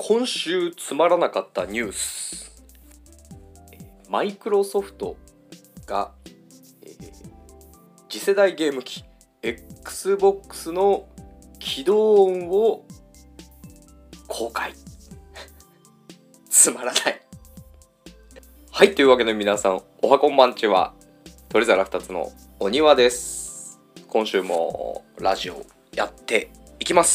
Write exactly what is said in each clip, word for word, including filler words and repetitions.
今週つまらなかったニュース。マイクロソフトが、えー、次世代ゲーム機 Xbox の起動音を公開つまらない。はい、というわけで皆さんおはこんばんちは。鳥皿ふたつのお庭です。今週もラジオやっていきます。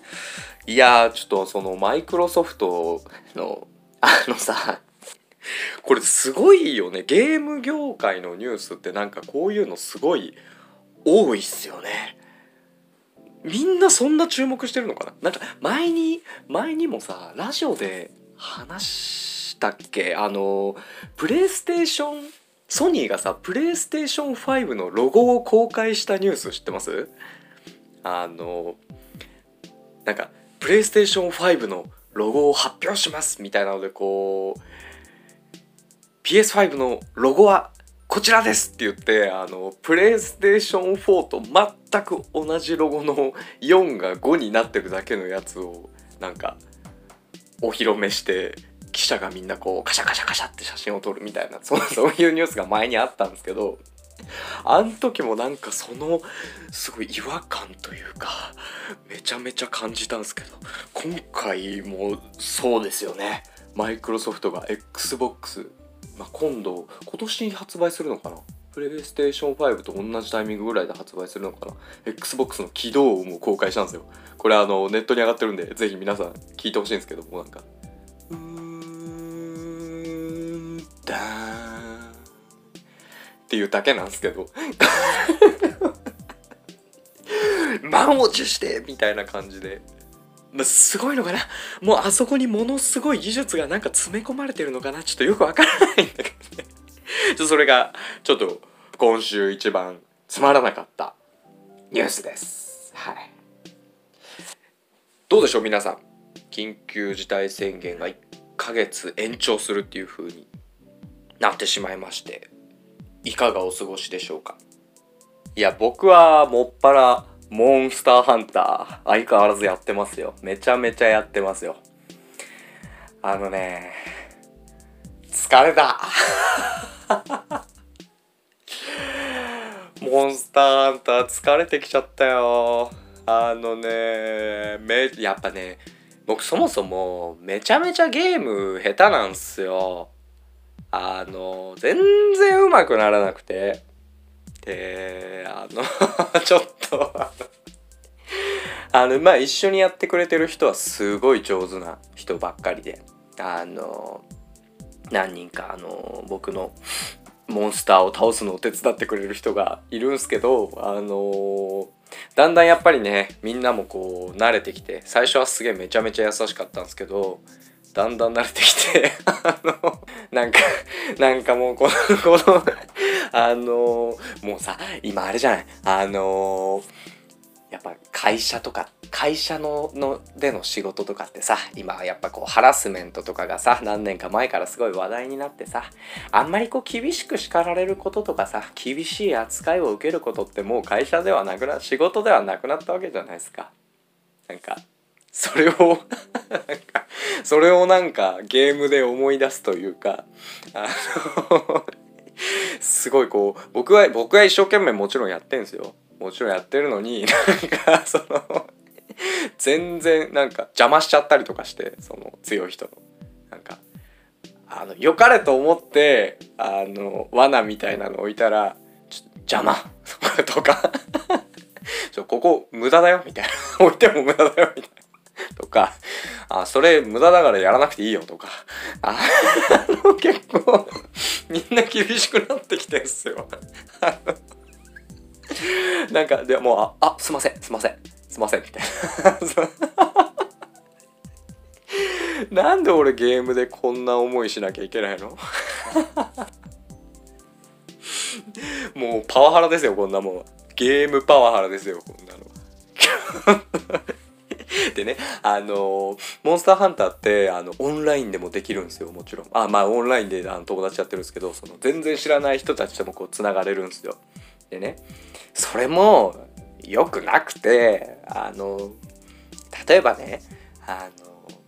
いやー、ちょっとそのマイクロソフトのあのさ、これすごいよね。ゲーム業界のニュースってなんかこういうのすごい多いっすよね。みんなそんな注目してるのかな。なんか前に前にもさラジオで話したっけ、あのプレイステーションソニーがさプレイステーションファイブのロゴを公開したニュース知ってます？あのなんかプレイステーションファイブのロゴを発表しますみたいなので、こう ピーエスファイブ のロゴはこちらですって言って、あのプレイステーションフォーと全く同じロゴのよんがごになってるだけのやつをなんかお披露目して、記者がみんなこうカシャカシャカシャって写真を撮るみたいな、そう、そういうニュースが前にあったんですけど、あん時もなんかそのすごい違和感というかめちゃめちゃ感じたんですけど、今回もそうですよね。マイクロソフトが Xbox、まあ、今度今年発売するのかな。プレイステーションファイブと同じタイミングぐらいで発売するのかな。 Xbox の起動音を公開したんですよ。これあのネットに上がってるんでぜひ皆さん聞いてほしいんですけども、なんかうーんだーんっていうだけなんですけど満を持してみたいな感じで、まあ、すごいのかな。もうあそこにものすごい技術がなんか詰め込まれてるのかな。ちょっとよくわからないんだけどねちょっとそれがちょっと今週一番つまらなかったニュースです。はい。どうでしょう皆さん、緊急事態宣言がいっかげつ延長するっていう風になってしまいまして、いかがお過ごしでしょうか。いや僕はもっぱらモンスターハンター相変わらずやってますよ。めちゃめちゃやってますよ。あのね疲れたモンスターハンター疲れてきちゃったよ。あのねめやっぱね僕そもそもめちゃめちゃゲーム下手なんすよ。あの全然上手くならなくて、であのちょっとあのまあ一緒にやってくれてる人はすごい上手な人ばっかりで、あの何人かあの僕のモンスターを倒すのを手伝ってくれる人がいるんすけど、あのだんだんやっぱりねみんなもこう慣れてきて、最初はすげえめちゃめちゃ優しかったんですけど、だんだん慣れてきてあのなんかなんかもうこのこのあのもうさ今あれじゃない、あのやっぱ会社とか会社ののでの仕事とかってさ、今やっぱこうハラスメントとかがさ何年か前からすごい話題になってさ、あんまりこう厳しく叱られることとかさ厳しい扱いを受けることってもう会社ではなくな仕事ではなくなったわけじゃないですか。なんかそれをなんかそれをなんかゲームで思い出すというか、あのすごいこう僕は僕は一生懸命もちろんやってんすよ。もちろんやってるのになんかその全然なんか邪魔しちゃったりとかして、その強い人のなんかあの良かれと思ってあの罠みたいなの置いたらちょ邪魔とかちょここ無駄だよみたいな置いても無駄だよみたいなとか、あそれ無駄だからやらなくていいよとか、あの結構みんな厳しくなってきてんすよなんかでもうああすいませんすいませんすいませんみたいななんで俺ゲームでこんな思いしなきゃいけないのもうパワハラですよこんなもん。ゲームパワハラですよこんなのでね、あのモンスターハンターってあのオンラインでもできるんですよ。もちろんあまあオンラインであの友達やってるんですけど、その全然知らない人たちともこうつながれるんですよ。でねそれも良くなくて、あの例えばねあの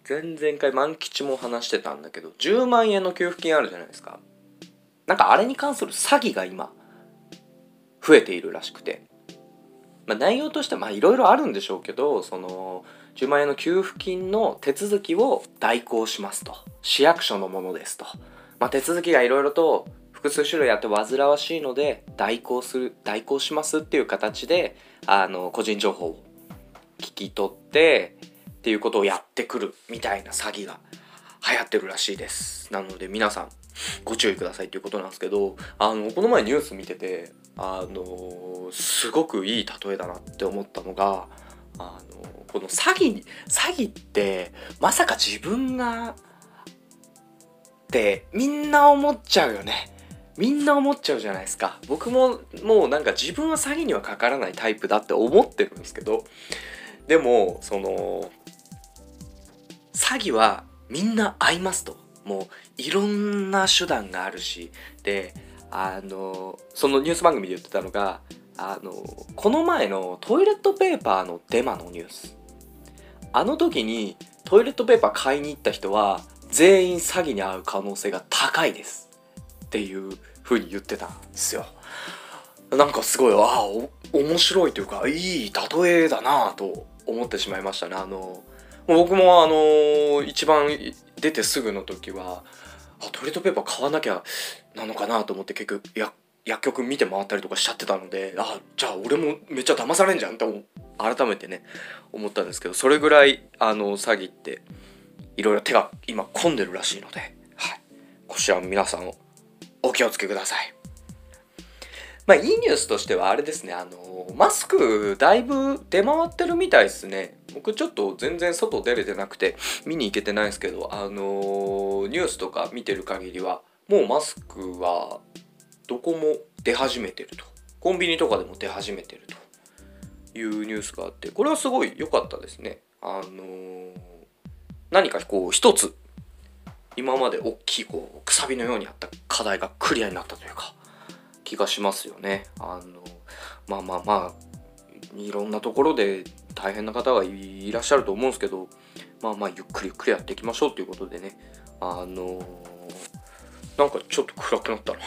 前々回万吉も話してたんだけど、じゅうまんえんの給付金あるじゃないですか。なんかあれに関する詐欺が今増えているらしくて、まあ、内容としてはいろいろあるんでしょうけど、そのじゅうまんえんの給付金の手続きを代行しますと、市役所のものですと、まあ、手続きがいろいろと複数種類あって煩わしいので代行する代行しますっていう形で、あの個人情報を聞き取ってっていうことをやってくるみたいな詐欺が流行ってるらしいです。なので皆さんご注意くださいっていうことなんですけど、あのこの前ニュース見てて、あのすごくいい例えだなって思ったのが、あのこの詐欺に詐欺ってまさか自分がってみんな思っちゃうよね。みんな思っちゃうじゃないですか。僕ももうなんか自分は詐欺にはかからないタイプだって思ってるんですけど、でもその詐欺はみんな合いますと、もういろんな手段があるし、であのそのニュース番組で言ってたのが、あのこの前のトイレットペーパーのデマのニュース、あの時にトイレットペーパー買いに行った人は全員詐欺に遭う可能性が高いですっていう風に言ってたんですよ。なんかすごい、ああ面白いというかいい例えだなと思ってしまいましたね。あの僕もあの一番出てすぐの時はあトイレットペーパー買わなきゃなのかなと思って結局や薬局見て回ったりとかしちゃってたので、あじゃあ俺もめっちゃ騙されんじゃんって改めてね思ったんですけど、それぐらいあの詐欺っていろいろ手が今込んでるらしいので、はい、こちらも皆さんお気をつけください。まあいいニュースとしてはあれですね、あのマスクだいぶ出回ってるみたいですね。僕ちょっと全然外出れてなくて見に行けてないんですけど、あのニュースとか見てる限りはもうマスクはどこも出始めてると、コンビニとかでも出始めてるというニュースがあって、これはすごい良かったですね。あのー、何かこう一つ今まで大きいこうくさびのようにあった課題がクリアになったというか気がしますよね。あのまあまあまあいろんなところで大変な方がいらっしゃると思うんですけど、まあまあゆっくりゆっくりやっていきましょうということでね、あのー、なんかちょっと暗くなったな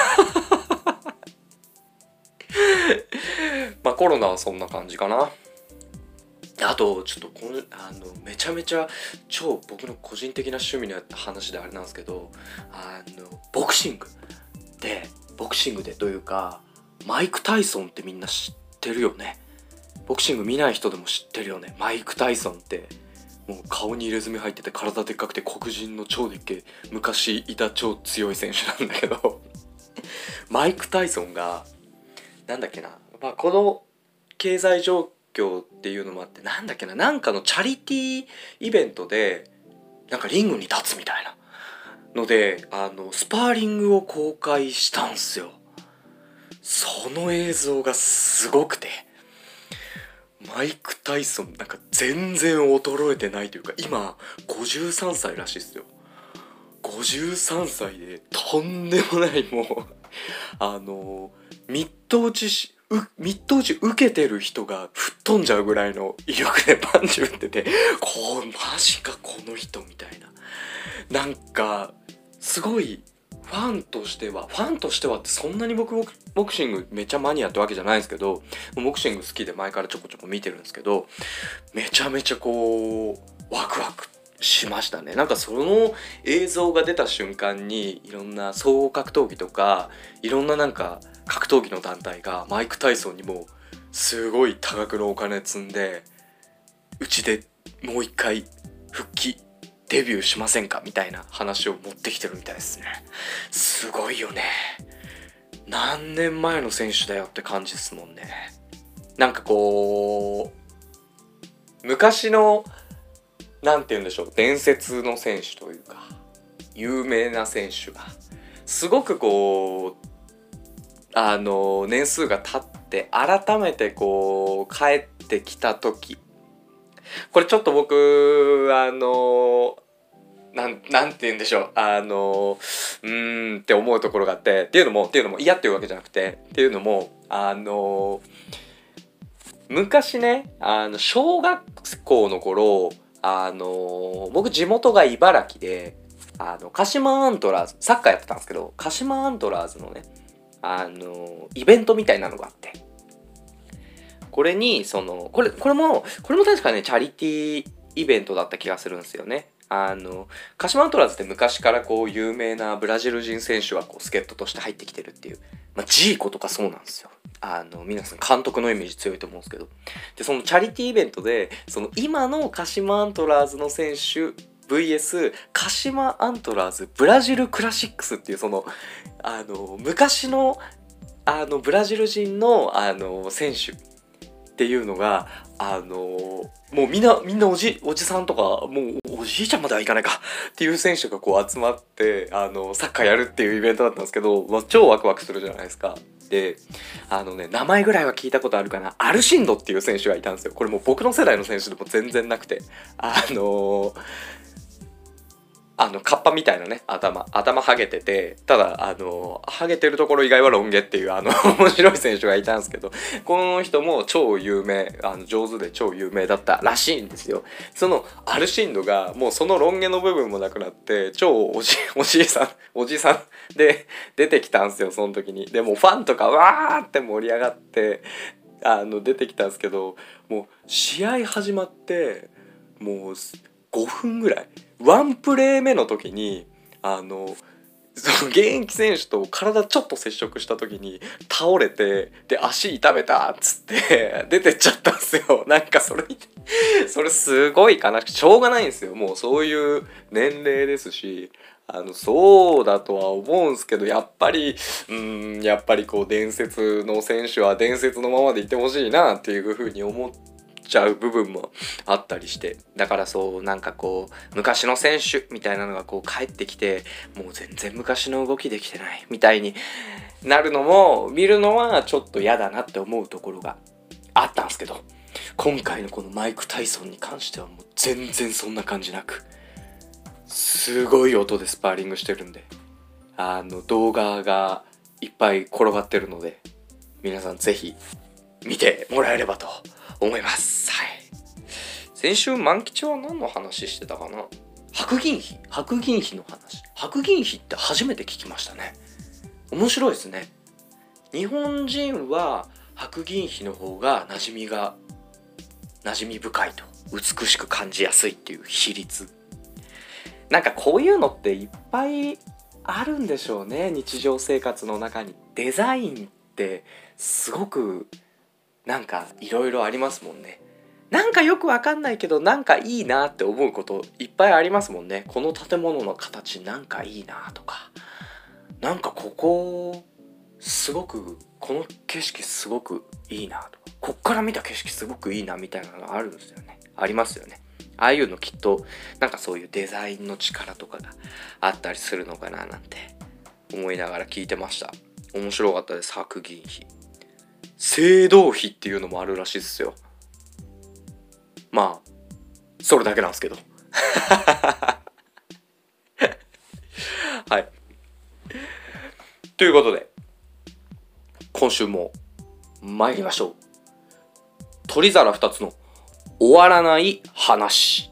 まあコロナはそんな感じかな。あとちょっとこのあのめちゃめちゃ超僕の個人的な趣味の話であれなんですけど、あのボクシングでボクシングでというかマイク・タイソンってみんな知ってるよね。ボクシング見ない人でも知ってるよね。マイク・タイソンってもう顔に入れ墨入ってて体でっかくて黒人の超でっけえ昔いた超強い選手なんだけどマイク・タイソンがなんだっけな、まあ、この経済状況っていうのもあってなんだっけな、なんかのチャリティーイベントでなんかリングに立つみたいなのであのスパーリングを公開したんすよ。その映像がすごくて、マイク・タイソンなんか全然衰えてないというか今ごじゅうさんさいらしいっすよ。ごじゅうさんさいでとんでもないもうあのミット打ちしミット打ち受けてる人が吹っ飛んじゃうぐらいの威力でパンチ打ってて、こうマジかこの人みたいな、なんかすごいファンとしてはファンとしてはってそんなに僕ボクシングめちゃマニアってわけじゃないんですけど、ボクシング好きで前からちょこちょこ見てるんですけど、めちゃめちゃこうワクワクしましたね。なんかその映像が出た瞬間にいろんな総合格闘技とかいろんななんか格闘技の団体がマイク・タイソンにもすごい多額のお金積んでうちでもう一回復帰デビューしませんかみたいな話を持ってきてるみたいですね。すごいよね。何年前の選手だよって感じですもんね。なんかこう昔のなんて言うんでしょう、伝説の選手というか有名な選手がすごくこうあの年数が経って改めてこう帰ってきた時、これちょっと僕あのなんなんて言うんでしょう、あのうーんって思うところがあって、っていうのもっていうのも嫌っていうわけじゃなくて、っていうのもあの昔ね、あの小学校の頃あの僕地元が茨城で、あの鹿島アントラーズサッカーやってたんですけど、鹿島アントラーズのね、あのイベントみたいなのがあって、これにそのこれこれもこれも確かねチャリティーイベントだった気がするんですよね。あの鹿島アントラーズって昔からこう有名なブラジル人選手はこう助っ人として入ってきてるっていう、まあ、ジーコとかそうなんですよ。あの皆さん監督のイメージ強いと思うんですけど、でそのチャリティーイベントでその今の鹿島アントラーズの選手 ブイエス 鹿島アントラーズブラジルクラシックスっていうそのあの昔のあのブラジル人のあの選手っていうのがあのもうみんなみんなおじおじさんとかもうおじいちゃんまではいかないかっていう選手がこう集まってあのサッカーやるっていうイベントだったんですけど、まあ、超ワクワクするじゃないですか。であのね名前ぐらいは聞いたことあるかな、アルシンドっていう選手がいたんですよ。これもう僕の世代の選手でも全然なくて、あのーあのカッパみたいなね頭頭ハゲてて、ただあのハゲてるところ以外はロン毛っていうあの面白い選手がいたんですけど、この人も超有名、あの上手で超有名だったらしいんですよ。そのアルシンドがもうそのロン毛の部分もなくなって超おじおじいさんおじさんで出てきたんですよ、その時に。でもうファンとかわーって盛り上がってあの出てきたんですけど、もう試合始まってもうごふんぐらいワンプレー目の時にあのその現役選手と体ちょっと接触した時に倒れて、で足痛めたっつって出てっちゃったんですよ。なんかそれそれすごい悲しくしょうがないんですよ。もうそういう年齢ですし、あのそうだとは思うんすけど、やっぱりうーんやっぱりこう伝説の選手は伝説のままでいてほしいなっていう風に思ってちゃう部分もあったりして、だからそうなんかこう昔の選手みたいなのがこう帰ってきてもう全然昔の動きできてないみたいになるのも見るのはちょっと嫌だなって思うところがあったんですけど、今回のこのマイク・タイソンに関してはもう全然そんな感じなく、すごい音でスパーリングしてるんで、あの動画がいっぱい転がってるので皆さんぜひ見てもらえればと思います。はい。先週万吉は何の話してたかな。白銀比白銀比の話。白銀比って初めて聞きましたね。面白いですね。日本人は白銀比の方が馴染みが馴染み深いと、美しく感じやすいっていう比率。なんかこういうのっていっぱいあるんでしょうね、日常生活の中に。デザインってすごくなんかいろいろありますもんね。なんかよくわかんないけどなんかいいなって思うこといっぱいありますもんね。この建物の形なんかいいなとか、なんかここすごくこの景色すごくいいなとか、こっから見た景色すごくいいなみたいなのがあるんですよね。ありますよね。ああいうのきっとなんかそういうデザインの力とかがあったりするのかななんて思いながら聞いてました。面白かったです。白銀比、青銅比っていうのもあるらしいですよ。まあそれだけなんですけどはい、ということで今週も参りましょう。取り皿ふたつの終わらない話。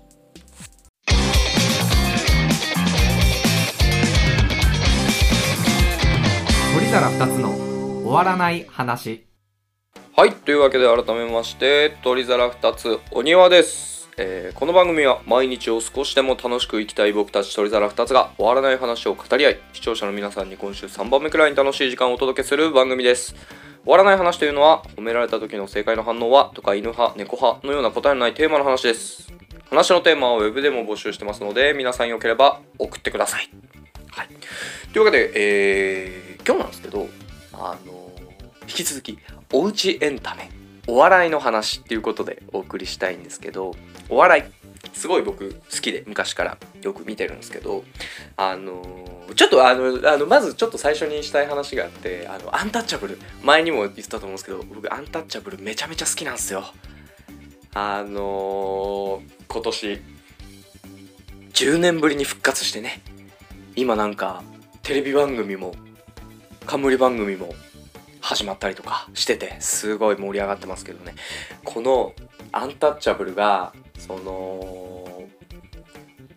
取り皿ふたつの終わらない話。 はい、というわけで改めまして取り皿ふたつお庭です。えー、この番組は毎日を少しでも楽しく生きたい僕たち取り皿ふたつが終わらない話を語り合い、視聴者の皆さんに今週さんばんめくらいに楽しい時間をお届けする番組です。終わらない話というのは、褒められた時の正解の反応はとか犬派猫派のような答えのないテーマの話です。話のテーマはウェブでも募集してますので、皆さんよければ送ってください。はい、というわけで、えー、今日なんですけど、あのー、引き続きおうちエンタメお笑いの話っていうことでお送りしたいんですけど、お笑いすごい僕好きで昔からよく見てるんですけど、あのー、ちょっとあのあのまずちょっと最初にしたい話があって、あのアンタッチャブル、前にも言ってたと思うんですけど、僕アンタッチャブルめちゃめちゃ好きなんですよ。あのー、今年じゅうねんぶりに復活してね、今なんかテレビ番組も冠番組も始まったりとかしてて、すごい盛り上がってますけどね。このアンタッチャブルがその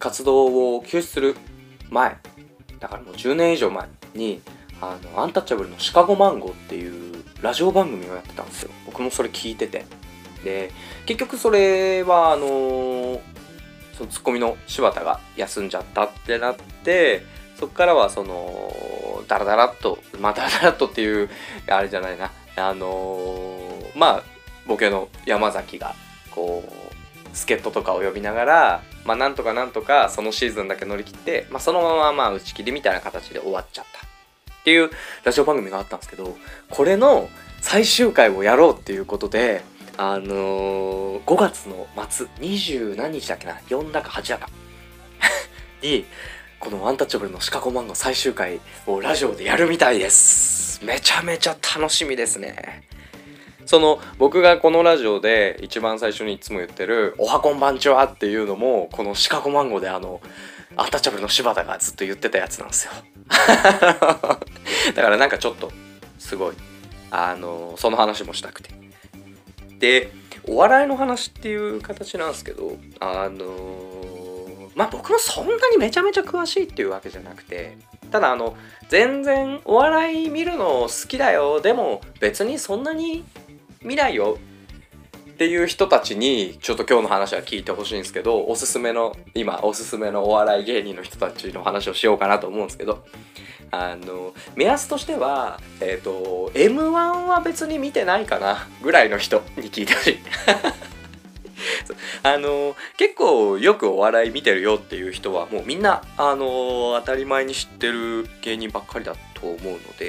活動を休止する前だからもうじゅうねん以上前にあのアンタッチャブルのシカゴマンゴーっていうラジオ番組をやってたんですよ。僕もそれ聞いてて、で結局それはあのー、そのツッコミの柴田が休んじゃったってなって、そっからはそのダラダラっとまあダラダラっとっていうあれじゃないな、あのー、まあボケの山崎がこう助っ人とかを呼びながら、まあなんとかなんとかそのシーズンだけ乗り切って、まあ、そのまままあ打ち切りみたいな形で終わっちゃったっていうラジオ番組があったんですけど、これの最終回をやろうっていうことで、あのー、ごがつの末にじゅう何日だっけな、よんだかはちだかにこのアンタッチャブルのシカゴマンゴー最終回をラジオでやるみたいです。めちゃめちゃ楽しみですね。その僕がこのラジオで一番最初にいつも言ってるおはこんばんちはっていうのも、このシカゴマンゴーであのアンタッチャブルの柴田がずっと言ってたやつなんですよだからなんかちょっとすごいあのその話もしたくて、でお笑いの話っていう形なんですけど、あのまあ僕もそんなにめちゃめちゃ詳しいっていうわけじゃなくて、ただあの全然お笑い見るの好きだよ、でも別にそんなに見ないよっていう人たちにちょっと今日の話は聞いてほしいんですけど、おすすめの今おすすめのお笑い芸人の人たちの話をしようかなと思うんですけど、あの目安としてはえっと エムワン は別に見てないかなぐらいの人に聞いてほしいあの結構よくお笑い見てるよっていう人はもうみんなあの当たり前に知ってる芸人ばっかりだと思うので、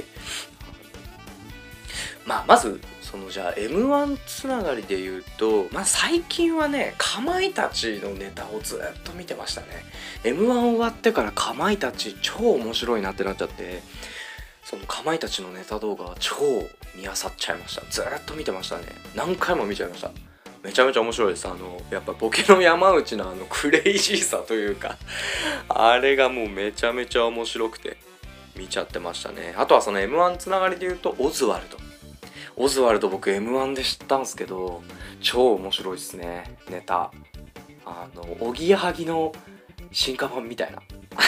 まあまずそのじゃあ エムワン つながりで言うと、まあ最近はねかまいたちのネタをずっと見てましたね。 エムワン 終わってからかまいたち超面白いなってなっちゃって、そのかまいたちのネタ動画超見漁っちゃいました。ずっと見てましたね。何回も見ちゃいました。めちゃめちゃ面白いです。あのやっぱボケの山内のあのクレイジーさというかあれがもうめちゃめちゃ面白くて見ちゃってましたね。あとはその エムワン つながりで言うとオズワルドオズワルド僕 エムワン で知ったんですけど超面白いですね。ネタあのおぎやはぎの進化版みたいな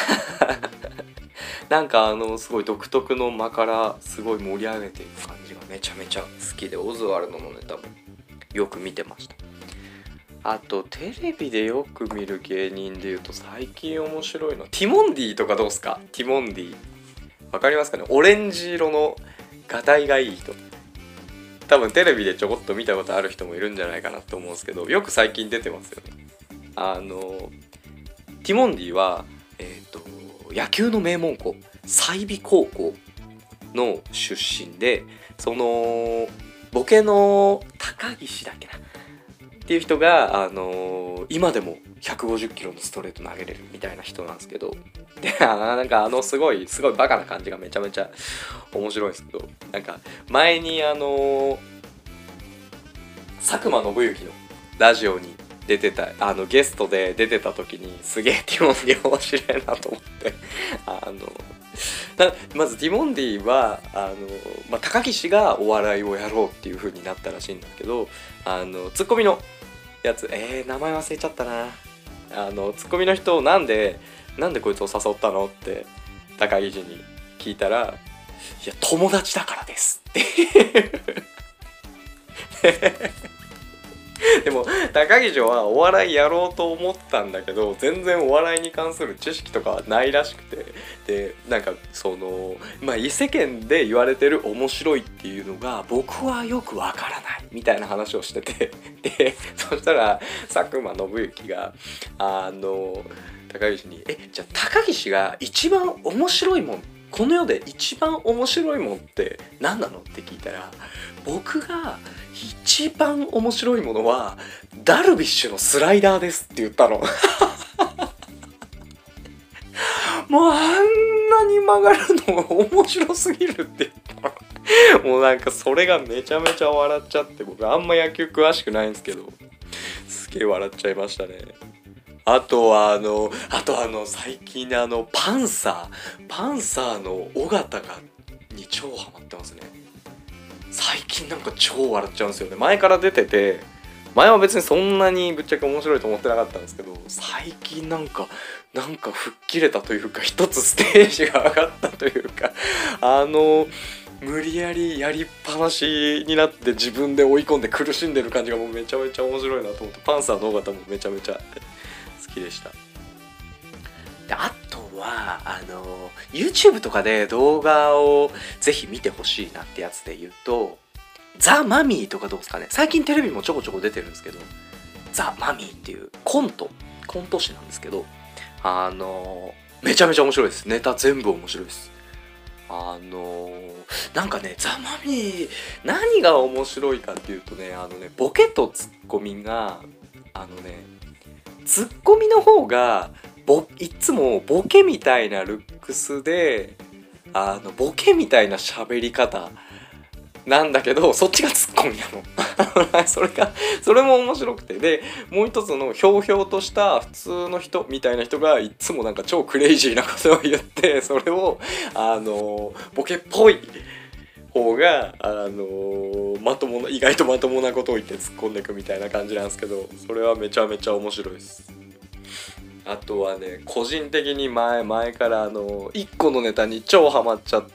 なんかあのすごい独特の間からすごい盛り上げていく感じがめちゃめちゃ好きで、オズワルドのネタもよく見てました。あとテレビでよく見る芸人でいうと最近面白いのティモンディとかどうすか？ティモンディわかりますかね？オレンジ色のガタイがいい人、多分テレビでちょこっと見たことある人もいるんじゃないかなと思うんですけど、よく最近出てますよね。あのティモンディはえっと野球の名門校済美高校の出身で、そのボケの高岸だっけなっていう人が、あのー、今でもひゃくごじゅっキロのストレート投げれるみたいな人なんですけど、でなんかあのすごいすごいバカな感じがめちゃめちゃ面白いんですけど、なんか前にあのー、佐久間信行のラジオに出てたあのゲストで出てた時にすげえティモンディ面白いなと思ってあのまずティモンディはあの、まあ、高岸がお笑いをやろうっていう風になったらしいんだけど、あのツッコミのやつえー、名前忘れちゃったな、あのツッコミの人なんでなんでこいつを誘ったのって高岸に聞いたら、いや友達だからですってでも高岸はお笑いやろうと思ったんだけど全然お笑いに関する知識とかはないらしくて、でなんかそのまあ世間で言われてる面白いっていうのが僕はよくわからないみたいな話をしてて、でそしたら佐久間信行があの高岸にえじゃあ高岸が一番面白いもんこの世で一番面白いもんって何なのって聞いたら、僕が一番面白いものはダルビッシュのスライダーですって言ったのもうあんなに曲がるの面白すぎるって言ったのもうなんかそれがめちゃめちゃ笑っちゃって、僕あんま野球詳しくないんですけどすげえ笑っちゃいましたね。あとはあのあとあの最近あのパンサーパンサーの尾形がに超ハマってますね。最近なんか超笑っちゃうんですよね。前から出てて前は別にそんなにぶっちゃけ面白いと思ってなかったんですけど、 最近なんかなんか吹っ切れたというか、一つステージが上がったというか、あの無理やりやりっぱなしになって自分で追い込んで苦しんでる感じがもうめちゃめちゃ面白いなと思って、パンサーの尾形もめちゃめちゃ好きでした。であとはあの YouTube とかで動画をぜひ見てほしいなってやつで言うと、ザ・マミーとかどうですかね。最近テレビもちょこちょこ出てるんですけど、ザ・マミーっていうコントコント師なんですけど、あのめちゃめちゃ面白いです。ネタ全部面白いです。あのなんかね、ザ・マミー何が面白いかっていうとね、あのねボケとツッコミがあのねツッコミの方がボいつもボケみたいなルックスで、あのボケみたいな喋り方なんだけど、そっちがツッコミなのそれがそれも面白くて、でもう一つのひょうひょうとした普通の人みたいな人がいつもなんか超クレイジーなことを言って、それをあのボケっぽい方があのまともな意外とまともなことを言って突っ込んでいくみたいな感じなんですけど、それはめちゃめちゃ面白いです。あとはね、個人的に前前からあのいっこのネタに超ハマっちゃって、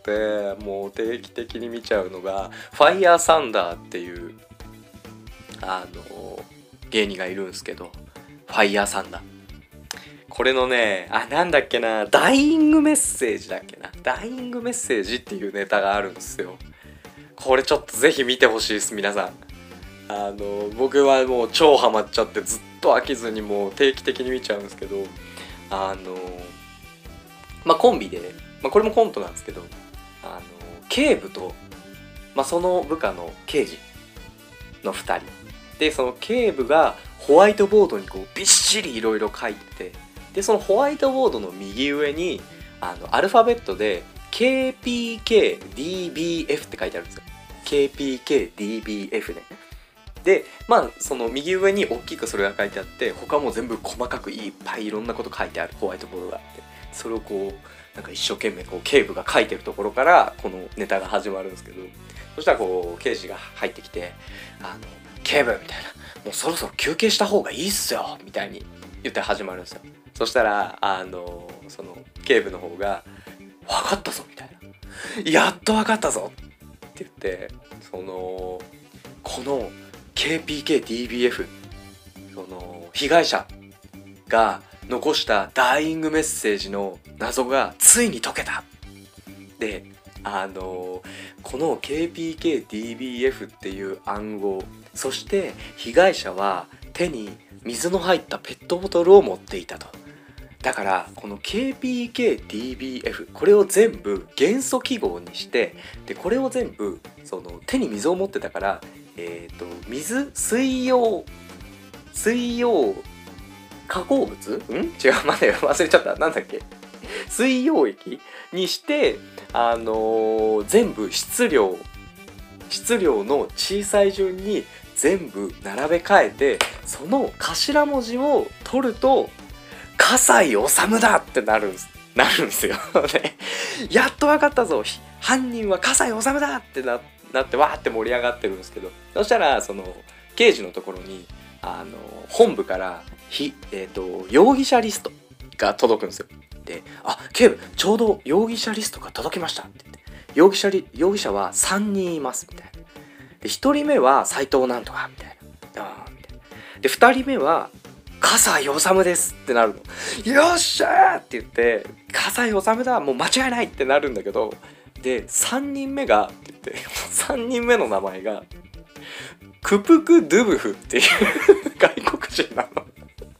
もう定期的に見ちゃうのがファイヤーサンダーっていうあの芸人がいるんですけど、ファイヤーサンダー、これのね、あなんだっけな、ダイイングメッセージだっけな、ダイイングメッセージっていうネタがあるんですよ。これちょっとぜひ見てほしいです皆さん。あの僕はもう超ハマっちゃってずっと飽きずにもう定期的に見ちゃうんですけど、あのまあコンビで、まあ、これもコントなんですけど、あの警部と、まあ、その部下の刑事のふたりで、その警部がホワイトボードにこうびっしりいろいろ書いてて、でそのホワイトボードの右上にあのアルファベットで ケーピーケーディービーエフ って書いてあるんですよ。 ケーピーケーディービーエフ ね。でまあその右上に大きくそれが書いてあって、他も全部細かくいっぱいいろんなこと書いてあるホワイトボードがあって、それをこうなんか一生懸命こう警部が書いてるところからこのネタが始まるんですけど、そしたらこう刑事が入ってきて、あの警部みたいな、もうそろそろ休憩した方がいいっすよみたいに言って始まるんですよ。そしたらあのその警部の方が分かったぞみたいな、やっと分かったぞって言って、そのこのケーピーケーディービーエフ、 その被害者が残したダイイングメッセージの謎がついに解けた。であのこの ケーピーケーディービーエフ っていう暗号、そして被害者は手に水の入ったペットボトルを持っていたと。だからこの ケーピーケーディービーエフ、 これを全部元素記号にして、でこれを全部その手に水を持ってたから、えーと水水溶水溶化合物ん違う待って忘れちゃった、なんだっけ、水溶液にして、あのー、全部質量質量の小さい順に全部並べ替えて、その頭文字を取ると笠井治だってなるんですなるんですよね。やっと分かったぞ、犯人は笠井治だってななってわーって盛り上がってるんですけど、そしたらその刑事のところにあの本部からひ、えーと、容疑者リストが届くんですよ。で、あ、警部ちょうど容疑者リストが届きましたって言って、容疑者リ容疑者はさんにんいますみたいな。でひとりめは斎藤なんとかみたいな、あみたいな。でふたりめは笠井治ですってなるの。よっしゃーって言って笠井治だ、もう間違いないってなるんだけど、でさんにんめがって言ってさんにんめの名前がクプク・ドゥブフっていう外国人なの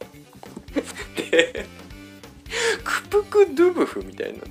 でクプク・ドゥブフみたいになって、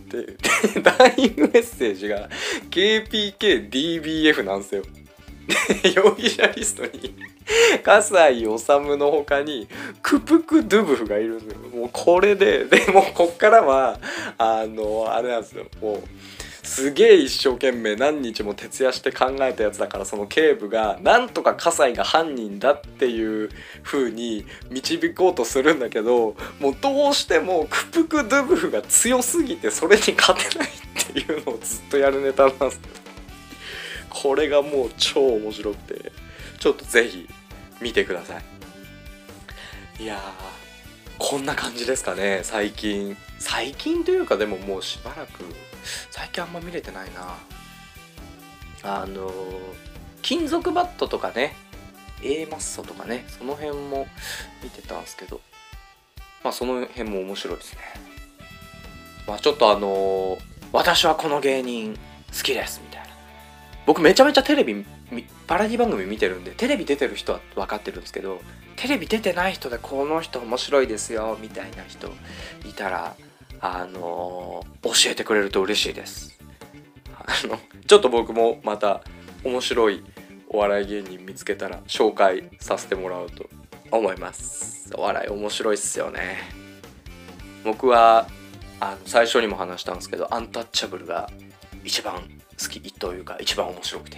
ダイイングメッセージが ケーピーケーディービーエフ なんですよ。で容疑者リストに笠井治の他にクプク・ドゥブフがいるんですよ。もうこれででもうこっからはあのあれなんですよ、もうすげえ一生懸命何日も徹夜して考えたやつだから、その警部がなんとか笠井が犯人だっていう風に導こうとするんだけど、もうどうしてもクプク・ドゥブフが強すぎてそれに勝てないっていうのをずっとやるネタなんですよ。これがもう超面白くて、ちょっとぜひ見てください。いやこんな感じですかね。最近最近というかでももうしばらく最近あんま見れてないな。あの金属バットとかね、 A マッソとかね、その辺も見てたんですけど、まあその辺も面白いですね。まあちょっとあの私はこの芸人好きですみたいな、僕めちゃめちゃテレビパラディ番組見てるんで、テレビ出てる人は分かってるんですけど、テレビ出てない人でこの人面白いですよみたいな人いたら、あのー、教えてくれると嬉しいです。あのちょっと僕もまた面白いお笑い芸人見つけたら紹介させてもらおうと思います。お笑い面白いっすよね。僕はあの最初にも話したんですけど、アンタッチャブルが一番好きというか一番面白くて、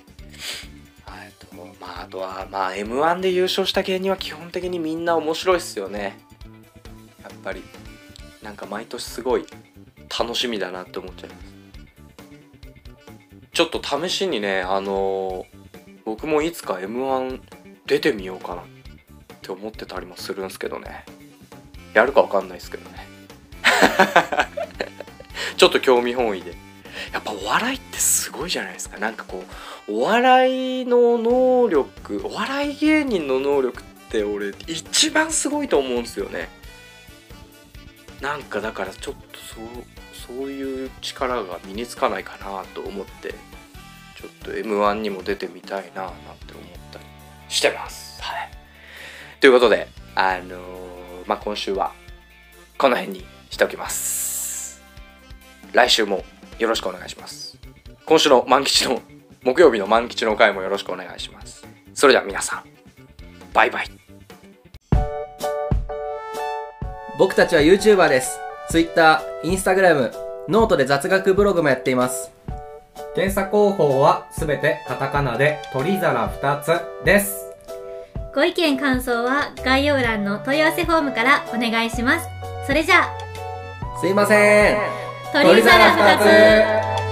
まあ、あとはまあ エムワン で優勝した芸人は基本的にみんな面白いっすよね。やっぱりなんか毎年すごい楽しみだなって思っちゃいます。ちょっと試しにね、あのー、僕もいつか エムワン 出てみようかなって思ってたりもするんですけどね、やるかわかんないですけどねちょっと興味本位で、やっぱお笑いってすごいじゃないですか。なんかこうお笑いの能力、お笑い芸人の能力って俺一番すごいと思うんですよね。なんかだからちょっとそうそういう力が身につかないかなと思って、ちょっと エムワン にも出てみたいななんて思ったりしてます。はい。ということで、あのー、まあ今週はこの辺にしておきます。来週もよろしくお願いします。今週の万吉の木曜日の万吉の回もよろしくお願いします。それでは皆さん、バイバイ。 僕たちは YouTuber です。Twitter、Instagram、ノートで雑学ブログもやっています。 検査方法はすべてカタカナで鳥皿ふたつです。 ご意見感想は概要欄の問い合わせフォームからお願いします。それじゃあ、 すいません。 鳥皿ふたつ。